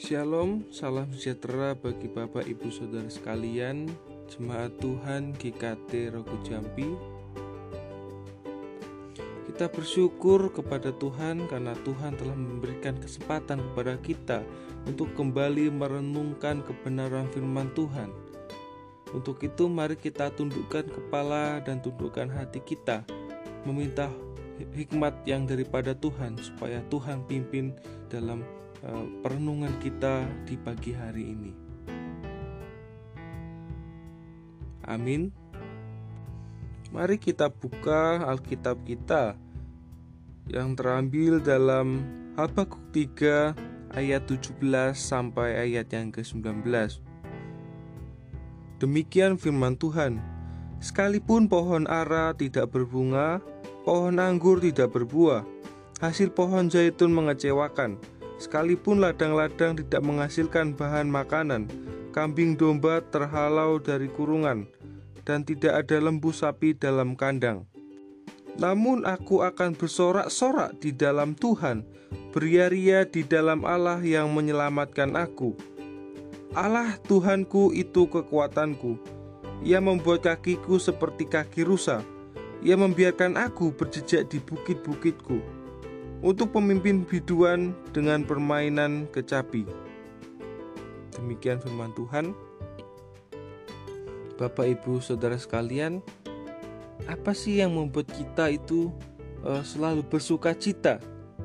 Shalom, salam sejahtera bagi Bapak Ibu Saudara sekalian, Jemaat Tuhan GKT Rogo Jambi. Kita bersyukur kepada Tuhan karena Tuhan telah memberikan kesempatan kepada kita untuk kembali merenungkan kebenaran firman Tuhan. Untuk itu mari kita tundukkan kepala dan tundukkan hati kita, meminta hikmat yang daripada Tuhan supaya Tuhan pimpin dalam perenungan kita di pagi hari ini. Amin. Mari kita buka Alkitab kita yang terambil dalam Habakuk 3 ayat 17 sampai ayat yang ke-19. Demikian firman Tuhan, sekalipun pohon ara tidak berbunga, pohon anggur tidak berbuah, hasil pohon zaitun mengecewakan, sekalipun ladang-ladang tidak menghasilkan bahan makanan, kambing domba terhalau dari kurungan, dan tidak ada lembu sapi dalam kandang. Namun aku akan bersorak-sorak di dalam Tuhan, beria-ria di dalam Allah yang menyelamatkan aku. Allah Tuhanku itu kekuatanku. Ia membuat kakiku seperti kaki rusa. Ia membiarkan aku berjejak di bukit-bukitku, untuk pemimpin biduan dengan permainan kecapi. Demikian firman Tuhan. Bapak Ibu Saudara sekalian, apa sih yang membuat kita itu selalu bersuka cita?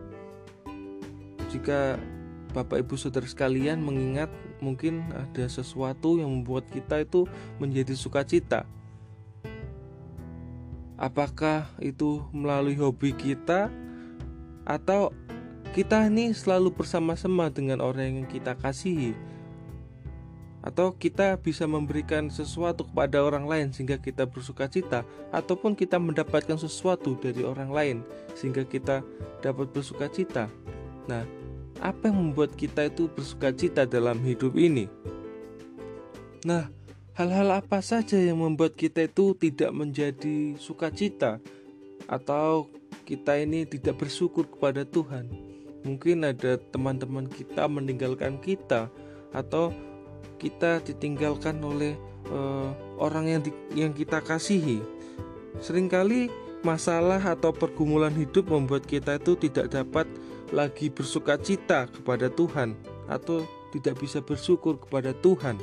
Jika Bapak Ibu Saudara sekalian mengingat, mungkin ada sesuatu yang membuat kita itu menjadi sukacita. Apakah itu melalui hobi kita, atau kita ini selalu bersama-sama dengan orang yang kita kasihi, atau kita bisa memberikan sesuatu kepada orang lain sehingga kita bersukacita, ataupun kita mendapatkan sesuatu dari orang lain sehingga kita dapat bersukacita. Nah, apa yang membuat kita itu bersukacita dalam hidup ini? Nah, hal-hal apa saja yang membuat kita itu tidak menjadi sukacita, atau kita ini tidak bersyukur kepada Tuhan? Mungkin ada teman-teman kita meninggalkan kita, atau kita ditinggalkan oleh orang yang kita kasihi. Seringkali masalah atau pergumulan hidup membuat kita itu tidak dapat lagi bersukacita kepada Tuhan, atau tidak bisa bersyukur kepada Tuhan.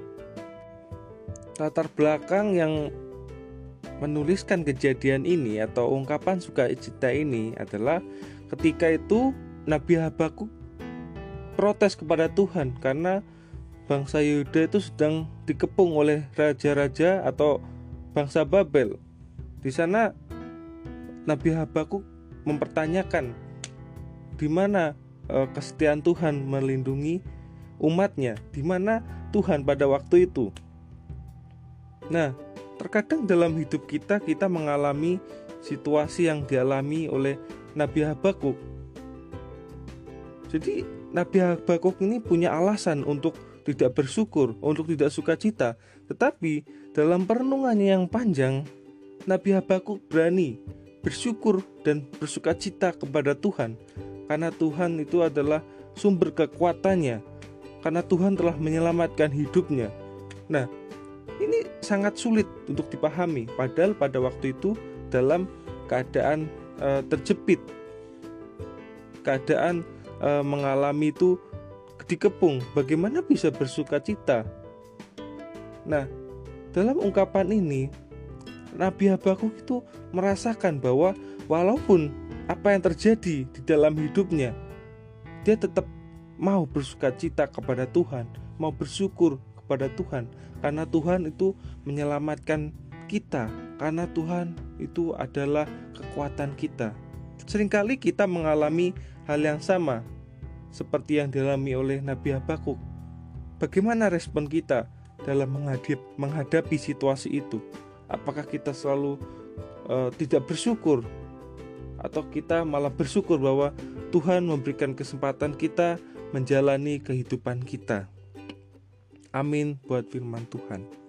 Latar belakang yang menuliskan kejadian ini atau ungkapan sukacita ini adalah ketika itu Nabi Habakuk protes kepada Tuhan karena bangsa Yehuda itu sedang dikepung oleh raja-raja atau bangsa Babel. Di sana Nabi Habakuk mempertanyakan di mana kesetiaan Tuhan melindungi umatnya, di mana Tuhan pada waktu itu. Nah, terkadang dalam hidup kita mengalami situasi yang dialami oleh Nabi Habakuk. Jadi Nabi Habakuk ini punya alasan untuk tidak bersyukur, untuk tidak sukacita. Tetapi dalam perenungannya yang panjang, Nabi Habakuk berani bersyukur dan bersukacita kepada Tuhan, karena Tuhan itu adalah sumber kekuatannya, karena Tuhan telah menyelamatkan hidupnya. Nah, ini sangat sulit untuk dipahami, padahal pada waktu itu dalam keadaan terjepit, keadaan mengalami itu dikepung. Bagaimana bisa bersukacita? Nah, dalam ungkapan ini Nabi Habakuk itu merasakan bahwa walaupun apa yang terjadi di dalam hidupnya, dia tetap mau bersukacita kepada Tuhan, mau bersyukur kepada Tuhan, karena Tuhan itu menyelamatkan kita, karena Tuhan itu adalah kekuatan kita. Seringkali kita mengalami hal yang sama seperti yang dialami oleh Nabi Habakuk. Bagaimana respon kita dalam menghadapi situasi itu? Apakah kita selalu tidak bersyukur, atau kita malah bersyukur bahwa Tuhan memberikan kesempatan kita menjalani kehidupan kita? Amin buat firman Tuhan.